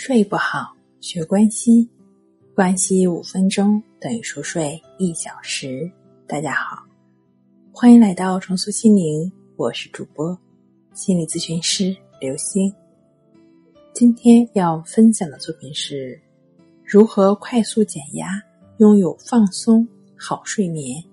睡不好，学关系，关系5分钟等于熟睡1小时。大家好，欢迎来到重塑心灵，我是主播心理咨询师刘星。今天要分享的作品是如何快速减压，拥有放松好睡眠。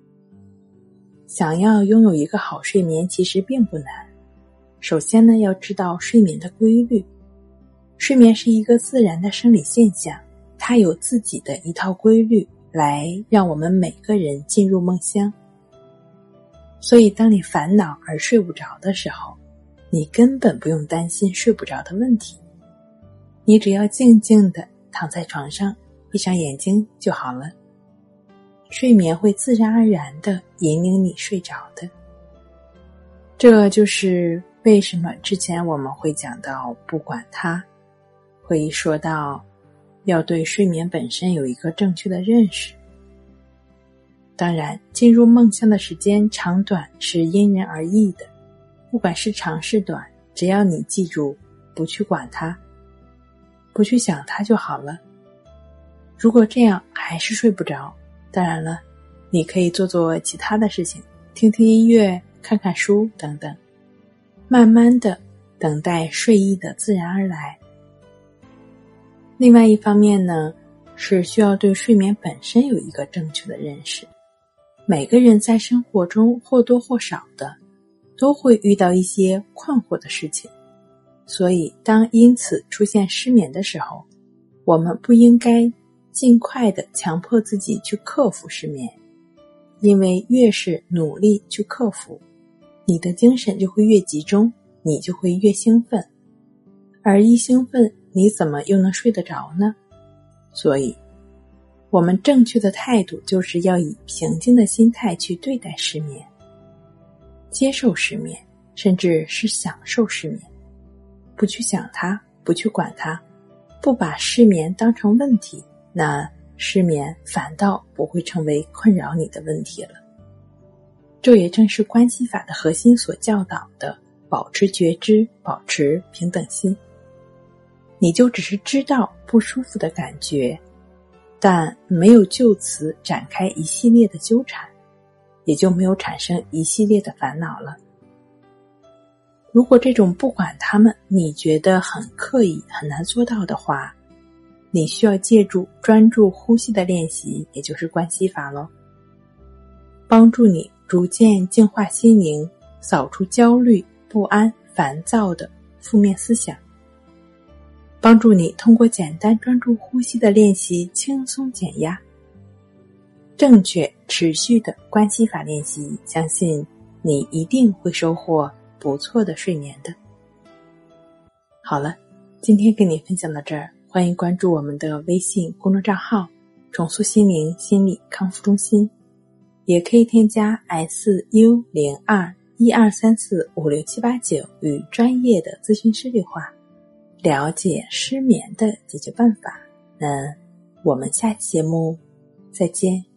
想要拥有一个好睡眠其实并不难，首先呢，要知道睡眠的规律。睡眠是一个自然的生理现象，它有自己的一套规律来让我们每个人进入梦乡。所以当你烦恼而睡不着的时候，你根本不用担心睡不着的问题，你只要静静地躺在床上，闭上眼睛就好了。睡眠会自然而然地引领你睡着的。这就是为什么之前我们会讲到不管它，会说到要对睡眠本身有一个正确的认识。当然，进入梦乡的时间长短是因人而异的，不管是长是短，只要你记住不去管它，不去想它就好了。如果这样还是睡不着，当然了，你可以做做其他的事情，听听音乐，看看书等等，慢慢的等待睡意的自然而来。另外一方面呢，是需要对睡眠本身有一个正确的认识。每个人在生活中或多或少的都会遇到一些困惑的事情，所以当因此出现失眠的时候，我们不应该尽快的强迫自己去克服失眠，因为越是努力去克服，你的精神就会越集中，你就会越兴奋，而一兴奋，你怎么又能睡得着呢？所以我们正确的态度就是要以平静的心态去对待失眠，接受失眠，甚至是享受失眠，不去想它，不去管它，不把失眠当成问题，那失眠反倒不会成为困扰你的问题了。这也正是关系法的核心所教导的，保持觉知，保持平等心。你就只是知道不舒服的感觉，但没有就此展开一系列的纠缠，也就没有产生一系列的烦恼了。如果这种不管他们你觉得很刻意很难做到的话，你需要借助专注呼吸的练习，也就是关系法咯，帮助你逐渐净化心灵，扫除焦虑、不安、烦躁的负面思想，帮助你通过简单专注呼吸的练习轻松减压。正确持续的关系法练习，相信你一定会收获不错的睡眠的。好了，今天跟你分享到这儿，欢迎关注我们的微信公众账号重塑心灵心理康复中心，也可以添加 SU02-12345679与专业的咨询师对话，了解失眠的解决办法。那我们下期节目再见。